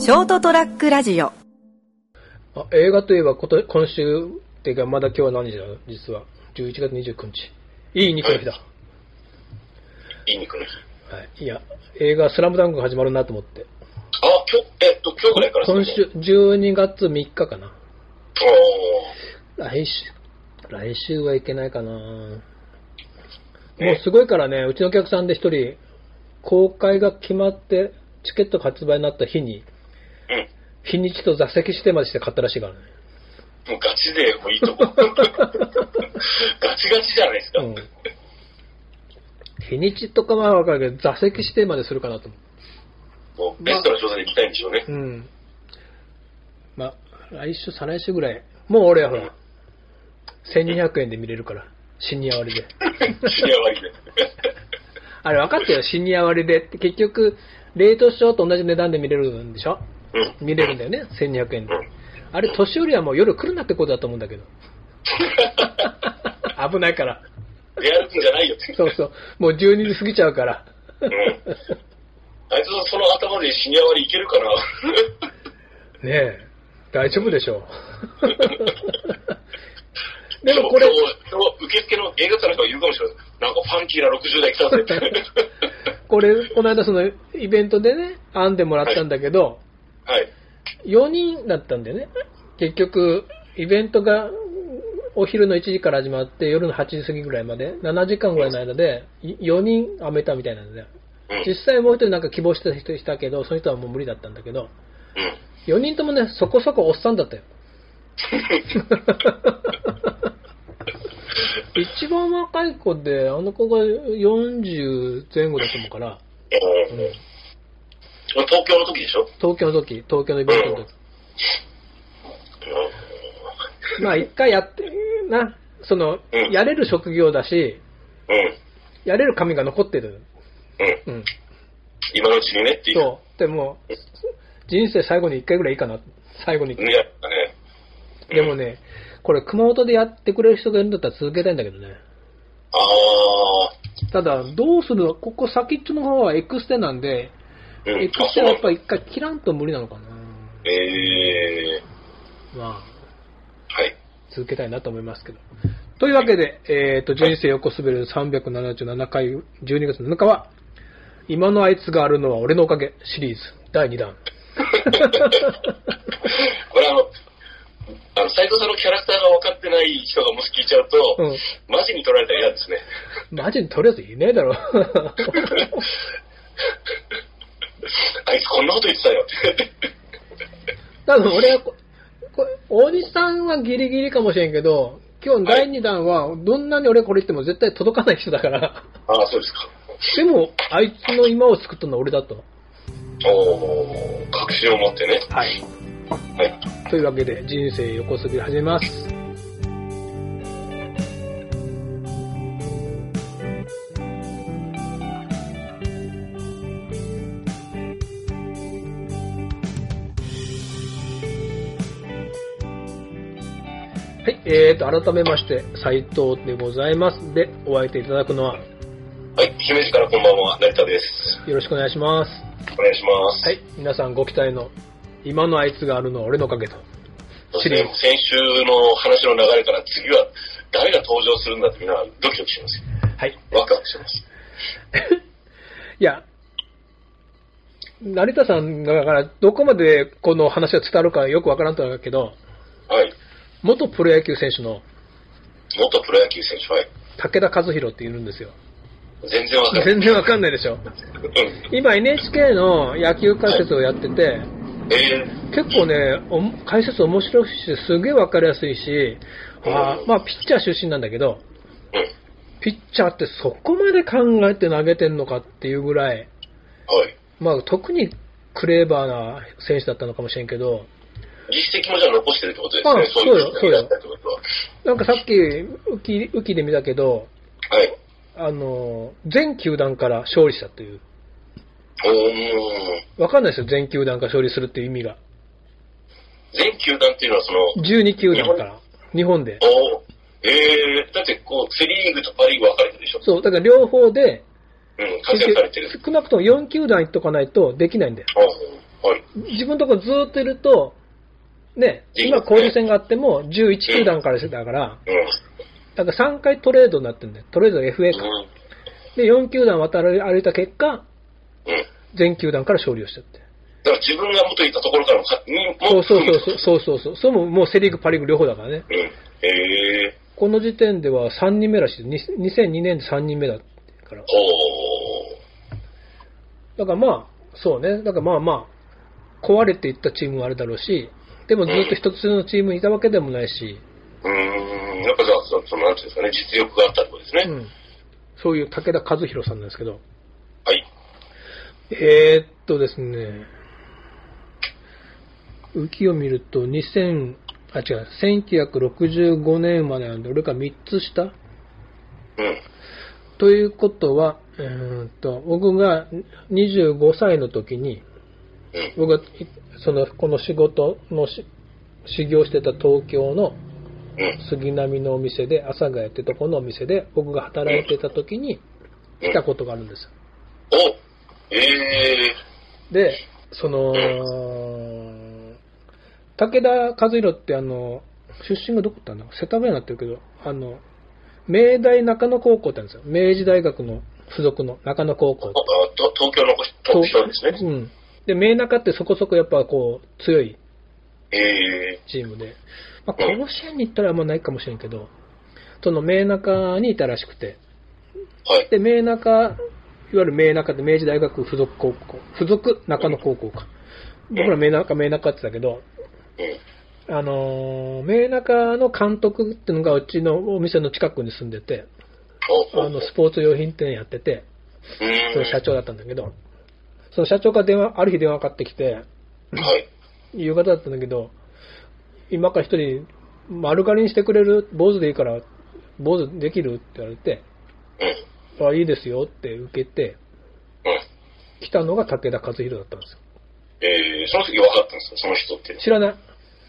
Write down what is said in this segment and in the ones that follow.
ショートトラックラジオ。 映画といえば今週っていうか、まだ今日は何日だろう、実は11月29日、いい肉の日だ、はい、 いい肉の日、 はい、いや映画スラムダンクが始まるなと思って。 今日ぐらいから今週12月3日かな。来週はいけないかな。もうすごいからね、うちのお客さんで一人公開が決まってチケット発売になった日に、日にちと座席指定までして買ったらしいからね。 もうガチでもういいと思う。ガチガチじゃないですか。 日にちとかは分かるけど、座席指定までするかなと思う。 もうベストな状態で行きたいんでしょうね。 まあ、来週、再来週ぐらい。もう俺はほら、1200円で見れるから、シニア割で。 シニア割で。 あれ分かったよ、シニア割でって。結局、レートショーと同じ値段で見れるんでしょ。見れるんだよね、1200円で。あれ、年寄りはもう夜来るなってことだと思うんだけど。危ないから。 出歩くんじゃないよって。 そうそう。もう12時過ぎちゃうから。 あいつその頭でシニア割いけるかな。 ねえ、大丈夫でしょう。でもこれ、 受付の映画館の人が言うかもしれない。なんかファンキーな60代来たぜって。 この間そのイベントでね、編んでもらったんだけど、 はい。 4人だったんだよね。結局、イベントがお昼の1時から始まって夜の8時過ぎぐらいまで、7時間ぐらいの間で4人編めたみたいなんだよ。実際もう一人なんか希望した人したけど、その人はもう無理だったんだけど、4人ともね、そこそこおっさんだったよ。一番若い子で、あの子が40前後だと思うから、 東京の時でしょ？ 東京のイベントの時。まあ一回やってな、やれる職業だし、やれる紙が残ってる。 今のうちにねっていう。 そう。でも、人生最後に一回ぐらいいいかな。最後に。でもね、これ熊本でやってくれる人がいるんだったら続けたいんだけどね。ただ、どうするの？ここ先っちょの方はエクステなんで、エクステはやっぱ一回切らんと無理なのかな。まあ、はい。続けたいなと思いますけど。というわけで、人生横滑る377回、12月7日は、今のあいつがあるのは俺のおかげシリーズ第2弾。 これ斉藤さんのキャラクターが分かってない人がもし聞いちゃうと、マジに取られたら嫌ですね。マジに取るやついねえだろ。 あいつこんなこと言ってたよって。 多分俺は大西さんはギリギリかもしれんけど、今日第2弾はどんなに俺これ言っても絶対届かない人だから。 そうですか。 でもあいつの今を作ったのは俺だと。 確信を持ってね。はい。 というわけで人生横滑り始めます。はい、改めまして斉藤でございます。で、お相手いただくのは、 はい、姫路からこんばんは、成田です。 よろしくお願いします。 お願いします。 はい、皆さんご期待の今のあいつがあるのは俺のおかげと。 先週の話の流れから次は誰が登場するんだってみんなドキドキしますよ。はい。ワクワクします。 いや、成田さんがだからどこまでこの話が伝わるかよくわからんとだけど、はい。元プロ野球選手のはい。 武田和弘っているんですよ。 全然わかんないでしょ。今 NHK の野球解説をやってて、結構ね、解説面白いし、すげえわかりやすいし、まあピッチャー出身なんだけど、ピッチャーってそこまで考えて投げてんのかっていうぐらい、まあ特にクレーバーな選手だったのかもしれんけど、 実績もじゃあ残してるってことですね。そうよ。 なんかさっきウキで見たけど、全球団から勝利したという。わかんないですよ、全球団から勝利するっていう意味が。 全球団っていうのは 12球団から日本で。 だってセリーグとパリーグ分かれてるでしょ。 そう、だから両方で、 活躍されてる。 少なくとも4球団いっとかないとできないんだよ。 はい。 自分のところずーっといると、ね、今交流戦があっても11球団からしてたから、だから3回トレードになってるんだよ。トレード FA か。で、4球団渡り歩いた結果、全球団から勝利をしちゃって。 だから自分が元いたところからもそうもうセリーグ、パリーグ両方だからね。この時点では3人目らしい。2002年で3人目だから。だからまあ、そうね。だからまあ、壊れていったチームもあるだろうし、でもずっと一つのチームにいたわけでもないし。 やっぱじゃあ、そのなんていうんですかね、実力があったってことですね。 そういう武田和弘さんなんですけど。 はい。 ですね、浮きを見ると1965年生までなんで、俺が3つ下、ということは、僕が25歳の時に、僕がこの仕事の修行してた東京の杉並のお店で、阿佐ヶ谷ってとこのお店で僕が働いてた時に来たことがあるんですよ。で、武田和弘って出身がどこだったの？世田谷になってるけど、明大中野高校ってあるんですよ。明治大学の付属の中野高校。 東京の人ですね。 で、明中ってそこそこやっぱこう強いチームで、まあ、甲子園に行ったらあんまないかもしれんけど、その明中にいたらしくて、で、明中、いわゆる明中って明治大学附属高校、附属中野高校か。僕ら明中って言ってたけど、明中の監督っていうのがうちのお店の近くに住んでて、スポーツ用品店やってて、その社長だったんだけど、その社長がある日電話かかってきて、夕方だったんだけど、今から一人丸刈りにしてくれる？坊主でいいから坊主できる？って言われて、いいですよって受けて、来たのが武田和弘だったんですよ。 その時分かったんですか、その人って。 知らない。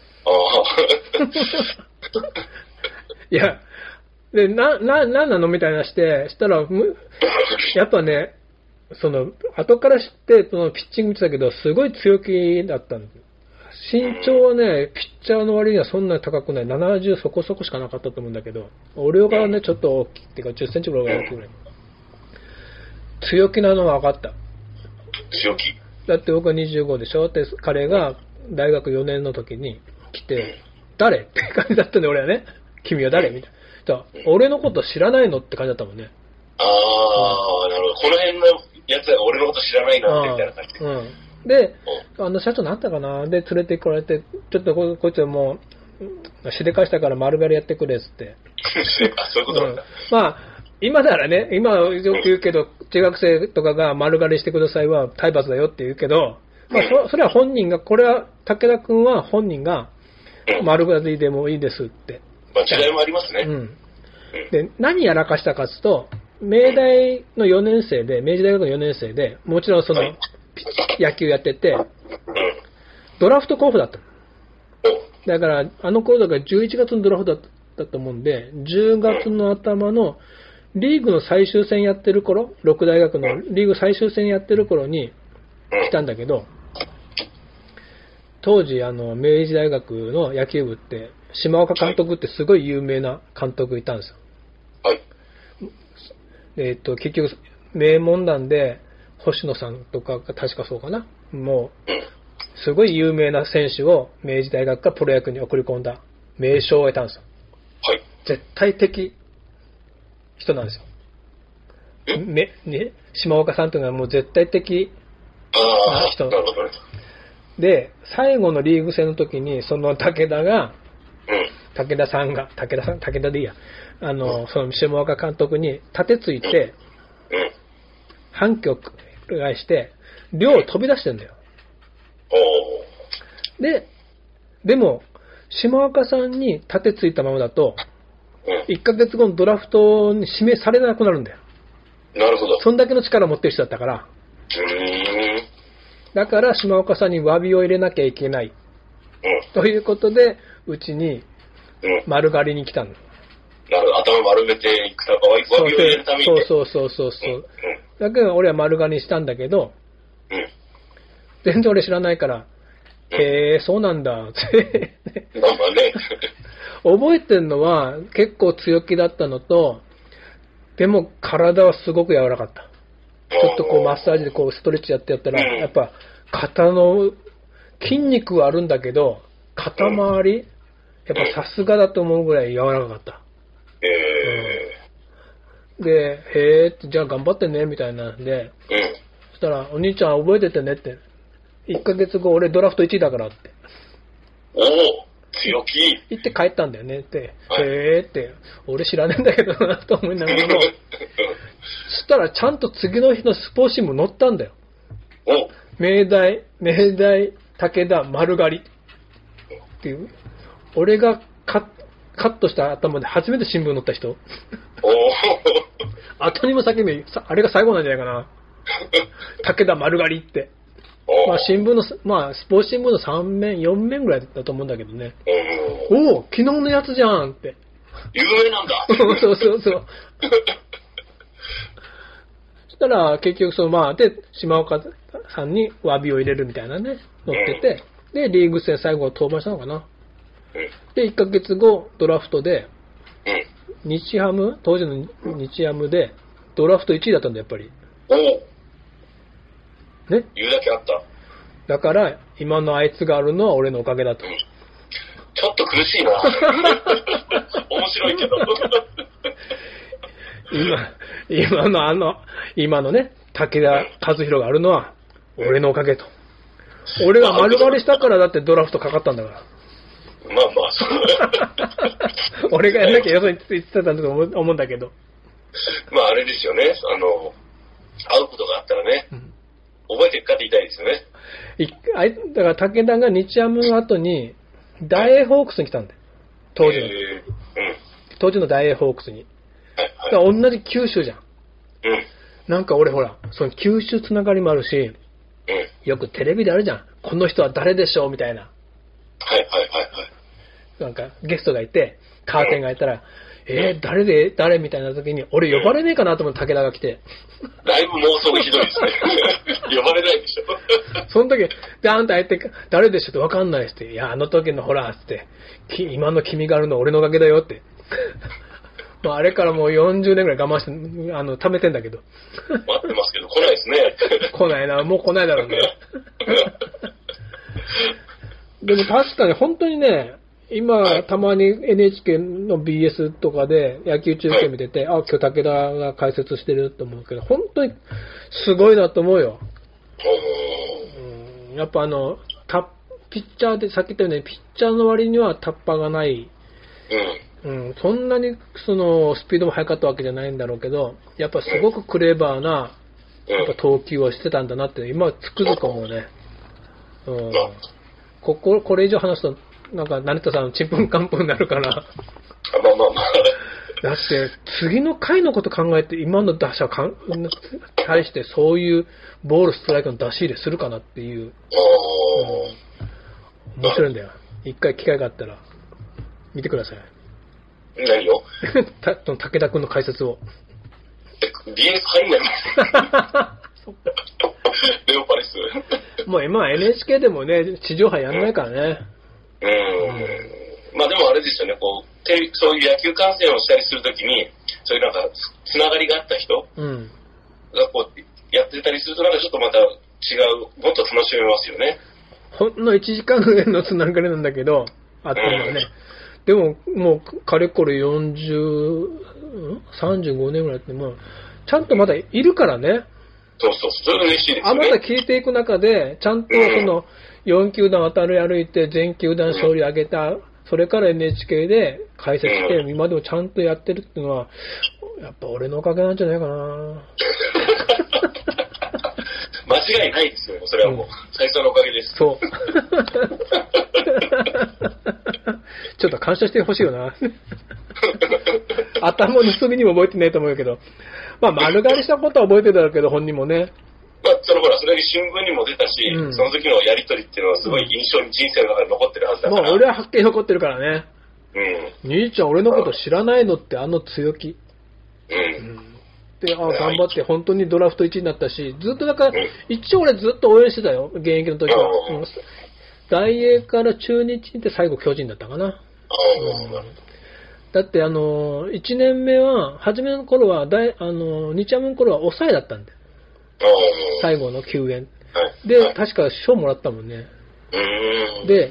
いや、で、なんなのみたいなしたら、やっぱね、後から知って、ピッチング見てたけど、すごい強気だったんです。身長はね、ピッチャーの割にはそんなに高くない。70そこそこしかなかったと思うんだけど、俺がね、ちょっと大きいっていうか、10センチぐらい大きいぐらい。強気なのは分かった。 強気。 だって僕は25でしょって、彼が大学4年の時に来て、誰って感じだったんで、俺はね。君は誰みたいな。俺のこと知らないのって感じだったもんね。 なるほど。この辺のやつが俺のこと知らないなってみたいな感じで。 で、社長なんだかなで、連れてこられて、ちょっとこいつはもう、しでかしたから丸刈りやってくれっつって。 そういうことなんだ。 まあ、今ならね、今よく言うけど、中学生とかが丸刈りしてくださいは体罰だよって言うけど、まあ、それは本人が、これは、武田君は本人が、丸刈りでもいいですって。 まあ、違いもありますね。 で、何やらかしたかというと、明大の4年生で、明治大学の4年生で、もちろん野球やってて、ドラフト候補だった。だから、あの頃だから11月のドラフトだったと思うんで、10月の頭のリーグの最終戦やってる頃、6大学のリーグ最終戦やってる頃に来たんだけど、当時、明治大学の野球部って、島岡監督ってすごい有名な監督いたんですよ。結局、名門なんで、星野さんとかが確かそうかな。もう、すごい有名な選手を明治大学からプロ野球に送り込んだ名称を得たんですよ。絶対的人なんですよ。島岡さんというのはもう絶対的な人。で、最後のリーグ戦の時に、その武田でいいや、その下岡監督に立てついて、反旗を翻して、寮を飛び出してんだよ。でも、下岡さんに立てついたままだと、1ヶ月後のドラフトに指名されなくなるんだよ。 なるほど。 そんだけの力を持ってる人だったから。だから、下岡さんに詫びを入れなきゃいけない。ということで、うちに丸刈りに来たの。 なるほど。頭丸めていくたか、詫びを入れるために。 そう。だけど、俺は丸刈りにしたんだけど、 全然俺知らないから、へえ、そうなんだ、って。 まあまあね。 覚えてんのは結構強気だったのと、でも体はすごく柔らかかった。ちょっとこうマッサージでこうストレッチやったら、やっぱ肩の筋肉はあるんだけど、肩周り、やっぱさすがだと思うぐらい柔らかかった。で、へえって、じゃあ頑張ってね、みたいなんで、そしたら、お兄ちゃん覚えててねって、1ヶ月後俺ドラフト1位だからって。 おお、強気。 言って帰ったんだよねって、へえって、俺知らねえんだけどなと思いながらも、そしたらちゃんと次の日のスポーツ新聞載ったんだよ。明大、武田、丸刈りっていう、俺がカットした頭で初めて新聞載った人。後にも先にあれが最後なんじゃないかな。武田丸刈りって。まあ新聞の、まあスポーツ新聞の3面、4面ぐらいだと思うんだけどね。おお、昨日のやつじゃんって。 有名なんだ。 そう。そしたら結局まあ、で、島岡さんに詫びを入れるみたいなね、載ってて、で、リーグ戦最後登板したのかな。で、1ヶ月後、ドラフトで、日ハム、当時の日ハムで、ドラフト1位だったんだ、やっぱり。ね。 言うだけあった。 だから、今のあいつがあるのは俺のおかげだと。 ちょっと苦しいな。面白いけど。 今のね、武田和弘があるのは、俺のおかげと。俺が丸刈りしたからだってドラフトかかったんだから。 まあまあ、そう。 俺がやんなきゃよそに言ってたんだと思うんだけど。 まああれですよね、会うことがあったらね、覚えてるかって言いたいですよね。 だから武田が日ハムの後に、ダイエーホークスに来たんだよ。当時のダイエーホークスに。だから同じ九州じゃん。なんか俺ほら、その九州つながりもあるし、よくテレビであるじゃん。この人は誰でしょうみたいな。なんかゲストがいて、カーテンがいたら、誰みたいな時に、俺呼ばれねえかなと思って武田が来て。 だいぶ妄想がひどいですね。呼ばれないでしょ。 その時、で、あんた相手、誰でしょって分かんないって、いや、あの時のほら、って、今の君があるのは俺のおかげだよって。まあ、あれからもう40年ぐらい我慢して、貯めてんだけど。 待ってますけど、来ないですね。 来ないな、もう来ないだろうね。でも確かに本当にね、今、たまに NHK の BS とかで野球中継見てて、今日武田が解説してると思うけど、本当にすごいなと思うよ。やっぱピッチャーで、さっき言ったように、ピッチャーの割にはタッパがない。そんなにスピードも速かったわけじゃないんだろうけど、やっぱすごくクレバーな、やっぱ投球をしてたんだなって、今つくづく思うね。これ以上話すと、なんか成田さんちんぷんかんぷんになるから。だって次の回のこと考えて今の打者に対してそういうボールストライクの出し入れするかなっていう。面白いんだよ。一回機会があったら見てください。 何を？ 武田君の解説を。 BS 入んないの？レオパレス。 もう今は NHK でもね、地上波やんないからね。 まあでもあれですよね、そういう野球観戦をしたりするときに、そういうなんかつながりがあった人がやってたりすると、なんかちょっとまた違う、もっと楽しめますよね。 ほんの1時間ぐらいのつながりなんだけど、あったのはね。でももうかれこれ35年ぐらいってもうちゃんとまだいるからね。 そう、それ嬉しいですね。 また聞いていく中で、ちゃんと4球団渡り歩いて全球団勝利上げた、それから NHK で解説して、今でもちゃんとやってるっていうのは、やっぱ俺のおかげなんじゃないかな。 間違いないですよ、それはもう。最初のおかげです。 そう。ちょっと感謝してほしいよな。頭の隅にも覚えてないと思うけど、まあ丸刈りしたことは覚えてたけど、本人もね。 まあ、ほら、それに新聞にも出たし、その時のやりとりっていうのはすごい印象に人生の中で残ってるはずだから。 まあ俺ははっきり残ってるからね。兄ちゃん俺のこと知らないのって強気。 で、頑張って本当にドラフト1位になったし、ずっとだから、一応俺ずっと応援してたよ、現役の時は。大英から中日って最後巨人だったかな。だって1年目は、初めの頃は、日ハムの頃は抑えだったんだよ。最後の救援。で、確か賞もらったもんね。で、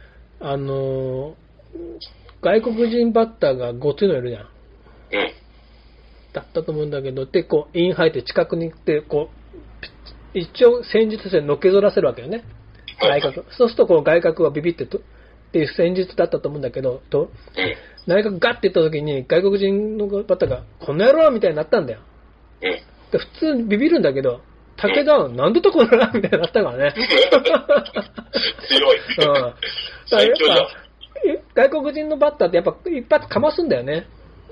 外国人バッターがごついのいるじゃん。だったと思うんだけど、で、こう、インハイって近くに行って、こう、一応戦術としてのけぞらせるわけよね。外角。そうすると、この外角はビビってっていう戦術だったと思うんだけど、内角ガッていった時に外国人のバッターがこの野郎みたいになったんだよ。で普通にビビるんだけど、武田はなんでとこの野郎みたいになったからね。 強い。最強じゃん。 外国人のバッターってやっぱ一発かますんだよね。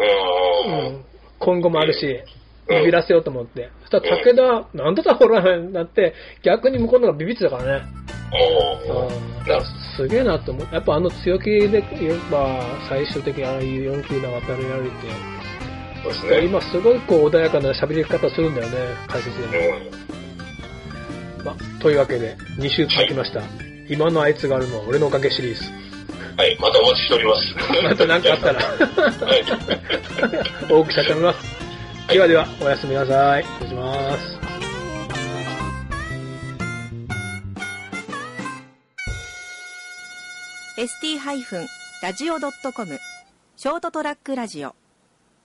今後もあるし、ビビらせようと思って。そしたら武田、なんでだほらになって、逆に向こうの方がビビってたからね。すげえなと思う。やっぱ強気で言えば、最終的にああいう4球で渡り歩いて、そうですね、今すごいこう穏やかな喋り方するんだよね、解説でも。というわけで、2週続きました。今のあいつがあるのは俺のおかげシリーズ。 はい、またお待ちしております。 また何かあったら、多くしゃっております。ではでは、おやすみなさい。失礼します。 st-radio.com ショートトラックラジオ